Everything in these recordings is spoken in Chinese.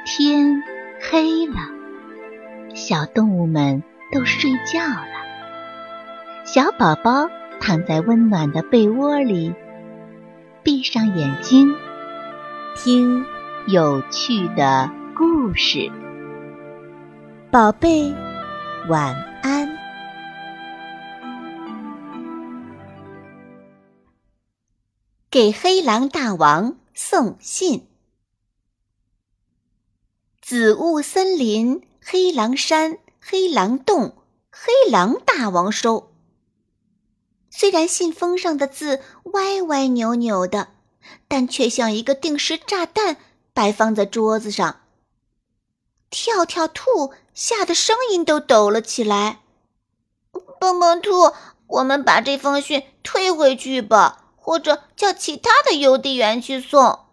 天黑了，小动物们都睡觉了。小宝宝躺在温暖的被窝里，闭上眼睛，听有趣的故事。宝贝，晚安。给黑狼大王送信。紫雾森林，黑狼山，黑狼洞，黑狼大王收。虽然信封上的字歪歪扭扭的，但却像一个定时炸弹摆放在桌子上。跳跳兔吓得声音都抖了起来。蹦蹦兔，我们把这封信退回去吧，或者叫其他的邮递员去送。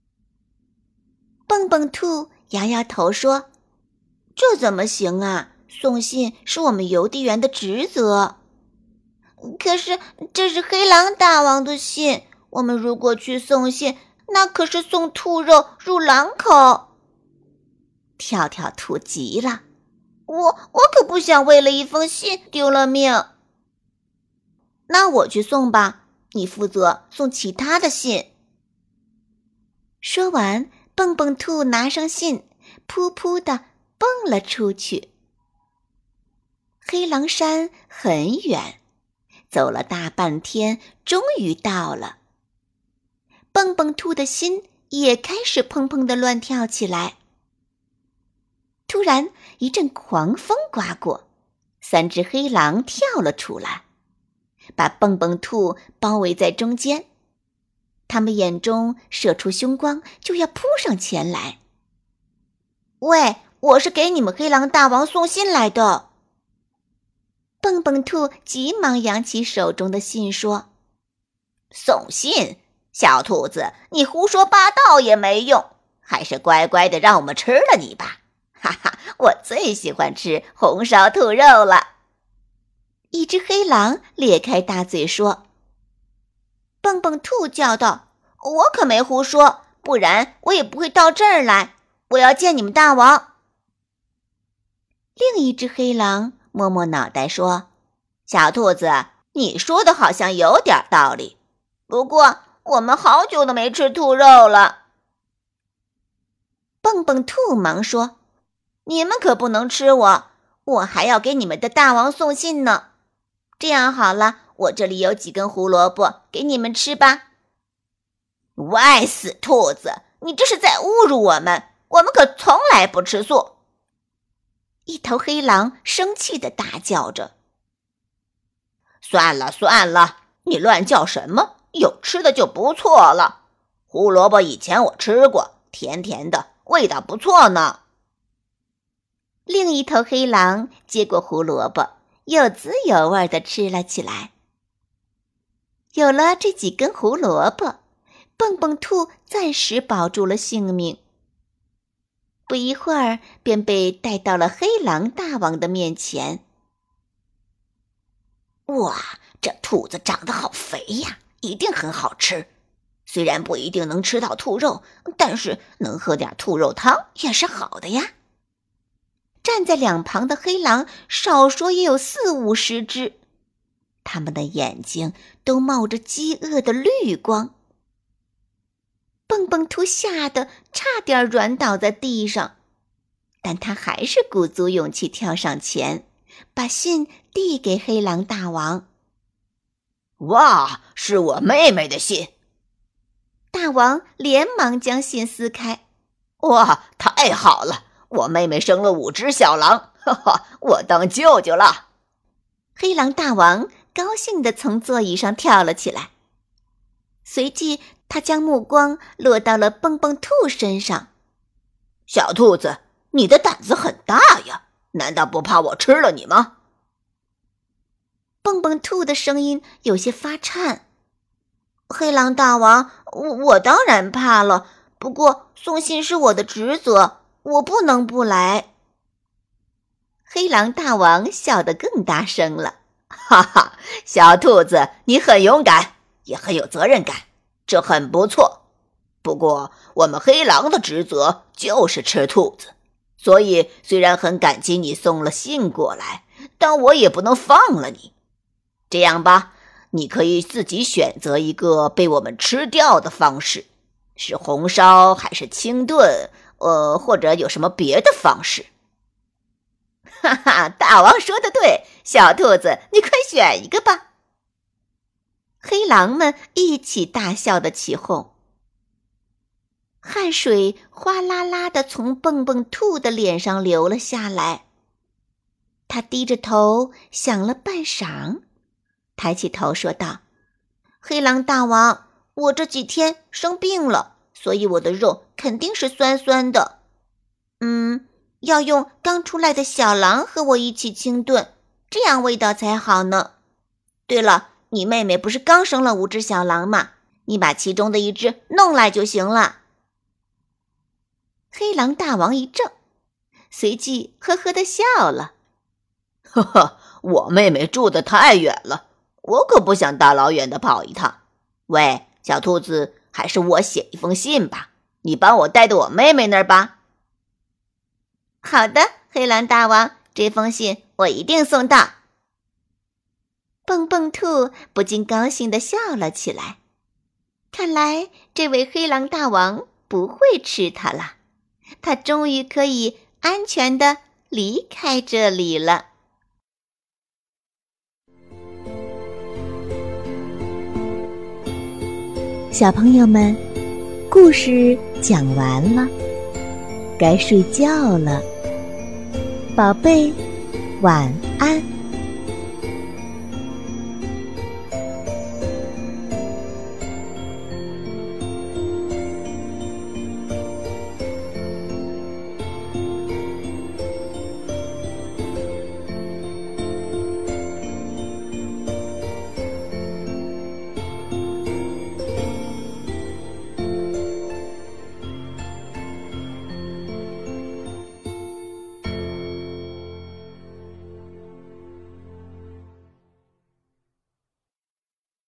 蹦蹦兔摇摇头说，这怎么行啊？送信是我们邮递员的职责。可是这是黑狼大王的信，我们如果去送信，那可是送兔肉入狼口。跳跳兔急了，我可不想为了一封信丢了命。那我去送吧，你负责送其他的信。说完，蹦蹦兔拿上信，噗噗地蹦了出去。黑狼山很远，走了大半天，终于到了。蹦蹦兔的心也开始砰砰地乱跳起来。突然，一阵狂风刮过，3只黑狼跳了出来，把蹦蹦兔包围在中间。他们眼中射出凶光，就要扑上前来。喂，我是给你们黑狼大王送信来的。蹦蹦兔急忙扬起手中的信说，送信？小兔子，你胡说八道也没用，还是乖乖的让我们吃了你吧。哈哈，我最喜欢吃红烧兔肉了。一只黑狼咧开大嘴说。蹦蹦兔叫道，我可没胡说，不然我也不会到这儿来，我要见你们大王。另一只黑狼摸摸脑袋说，小兔子，你说的好像有点道理，不过我们好久都没吃兔肉了。蹦蹦兔忙说，你们可不能吃我，我还要给你们的大王送信呢。这样好了，我这里有几根胡萝卜，给你们吃吧。歪死兔子，你这是在侮辱我们，我们可从来不吃素。一头黑狼生气地大叫着。算了算了，你乱叫什么？有吃的就不错了。胡萝卜以前我吃过，甜甜的，味道不错呢。另一头黑狼接过胡萝卜，有滋有味地吃了起来。有了这几根胡萝卜，蹦蹦兔暂时保住了性命。不一会儿便被带到了黑狼大王的面前。哇，这兔子长得好肥呀，一定很好吃。虽然不一定能吃到兔肉，但是能喝点兔肉汤也是好的呀。站在两旁的黑狼少说也有40-50只，他们的眼睛都冒着饥饿的绿光。蹦蹦兔吓得差点软倒在地上，但他还是鼓足勇气跳上前，把信递给黑狼大王。哇，是我妹妹的信！大王连忙将信撕开。哇，太好了，我妹妹生了5只小狼，哈哈，我当舅舅了。黑狼大王高兴地从座椅上跳了起来，随即他将目光落到了蹦蹦兔身上。小兔子，你的胆子很大呀，难道不怕我吃了你吗？蹦蹦兔的声音有些发颤。黑狼大王，我当然怕了，不过送信是我的职责，我不能不来。黑狼大王笑得更大声了，哈哈，小兔子，你很勇敢，也很有责任感，这很不错。 不过我们黑狼的职责就是吃兔子，所以虽然很感激你送了信过来，但我也不能放了你。这样吧，你可以自己选择一个被我们吃掉的方式，是红烧还是清炖，或者有什么别的方式。 哈哈，大王说的对，小兔子，你快选一个吧。黑狼们一起大笑地起哄。汗水哗啦啦地从蹦蹦兔的脸上流了下来。他低着头想了半晌，抬起头说道：“黑狼大王，我这几天生病了，所以我的肉肯定是酸酸的。要用刚出来的小狼和我一起清炖，这样味道才好呢。对了，你妹妹不是刚生了5只小狼吗？你把其中的1只弄来就行了。”黑狼大王一怔，随即呵呵地笑了。 呵呵，我妹妹住得太远了，我可不想大老远的跑一趟。喂，小兔子，还是我写一封信吧，你帮我带到我妹妹那儿吧。 好的，黑狼大王，这封信我一定送到。蹦蹦兔不禁高兴地笑了起来，看来这位黑狼大王不会吃它了，他终于可以安全地离开这里了。小朋友们，故事讲完了，该睡觉了，宝贝，晚安。